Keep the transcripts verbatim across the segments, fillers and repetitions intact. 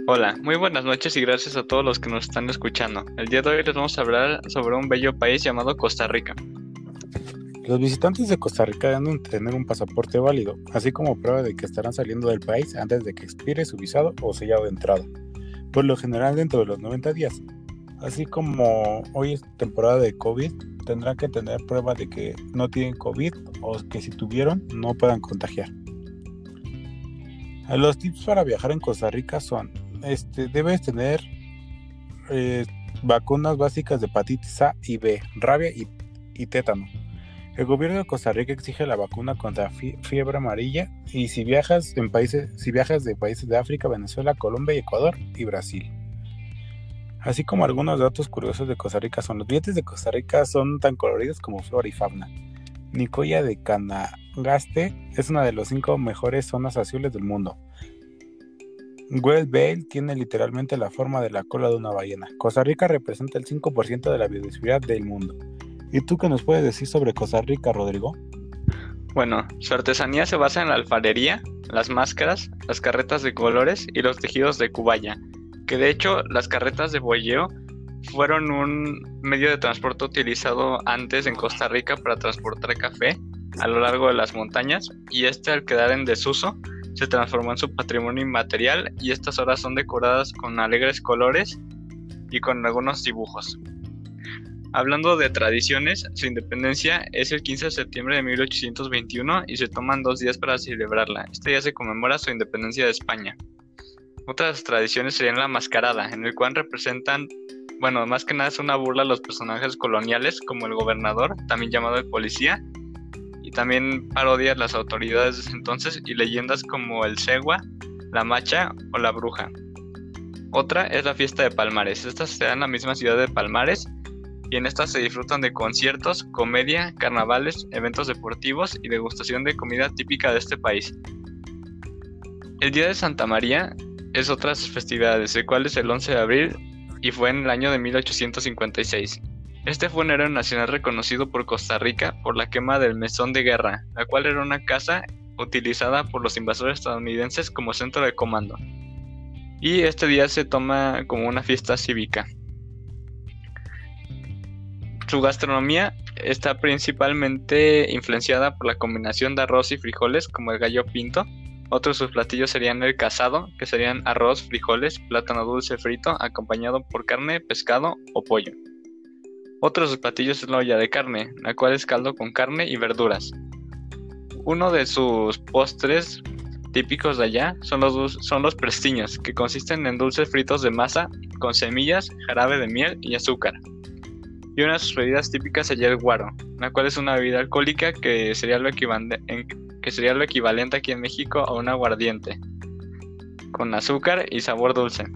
Hola, muy buenas noches y gracias a todos los que nos están escuchando. El día de hoy les vamos a hablar sobre un bello país llamado Costa Rica. Los visitantes de Costa Rica deben tener un pasaporte válido, así como prueba de que estarán saliendo del país antes de que expire su visado o sellado de entrada, por lo general dentro de los noventa días. Así como hoy es temporada de COVID, tendrán que tener prueba de que no tienen COVID o que si tuvieron no puedan contagiar. Los tips para viajar en Costa Rica son, este, debes tener eh, vacunas básicas de hepatitis A y B, rabia y, y tétano. El gobierno de Costa Rica exige la vacuna contra fie- fiebre amarilla y si viajas en países, si viajas de países de África, Venezuela, Colombia, Ecuador y Brasil. Así como algunos datos curiosos de Costa Rica son los billetes de Costa Rica son tan coloridos como flora y fauna. Nicoya de Canagaste es una de las cinco mejores zonas azules del mundo. Whale Bale tiene literalmente la forma de la cola de una ballena. Costa Rica representa el cinco por ciento de la biodiversidad del mundo. ¿Y tú qué nos puedes decir sobre Costa Rica, Rodrigo? Bueno, su artesanía se basa en la alfarería, las máscaras, las carretas de colores y los tejidos de cubaya, que de hecho las carretas de boyeo fueron un medio de transporte utilizado antes en Costa Rica para transportar café a lo largo de las montañas y este al quedar en desuso se transformó en su patrimonio inmaterial y estas ahora son decoradas con alegres colores y con algunos dibujos. Hablando de tradiciones, su independencia es el quince de septiembre de mil ochocientos veintiuno y se toman dos días para celebrarla. Este día se conmemora su independencia de España. Otras tradiciones serían la mascarada, en el cual representan, bueno, más que nada es una burla a los personajes coloniales como el gobernador, también llamado el policía, y también parodia a las autoridades de ese entonces y leyendas como el cegua, la macha o la bruja. Otra es la fiesta de Palmares. Esta se da en la misma ciudad de Palmares y en esta se disfrutan de conciertos, comedia, carnavales, eventos deportivos y degustación de comida típica de este país. El Día de Santa María es otra de sus festividades, el cual es el once de abril y fue en el año de mil ochocientos cincuenta y seis. Este fue un héroe nacional reconocido por Costa Rica por la quema del Mesón de Guerra, la cual era una casa utilizada por los invasores estadounidenses como centro de comando. Y este día se toma como una fiesta cívica. Su gastronomía está principalmente influenciada por la combinación de arroz y frijoles como el gallo pinto. Otros de sus platillos serían el casado, que serían arroz, frijoles, plátano dulce frito, acompañado por carne, pescado o pollo. Otro de sus platillos es la olla de carne, la cual es caldo con carne y verduras. Uno de sus postres típicos de allá son los, son los prestiños, que consisten en dulces fritos de masa con semillas, jarabe de miel y azúcar. Y una de sus bebidas típicas sería el guaro, la cual es una bebida alcohólica que sería lo equivalente, en, que sería lo equivalente aquí en México a un aguardiente, con azúcar y sabor dulce.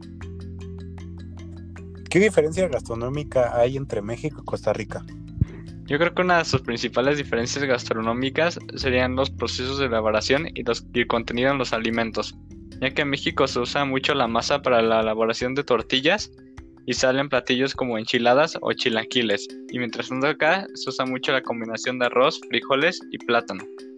¿Qué diferencia gastronómica hay entre México y Costa Rica? Yo creo que una de sus principales diferencias gastronómicas serían los procesos de elaboración y, los, y el contenido en los alimentos, ya que en México se usa mucho la masa para la elaboración de tortillas y salen platillos como enchiladas o chilaquiles, y mientras tanto acá se usa mucho la combinación de arroz, frijoles y plátano.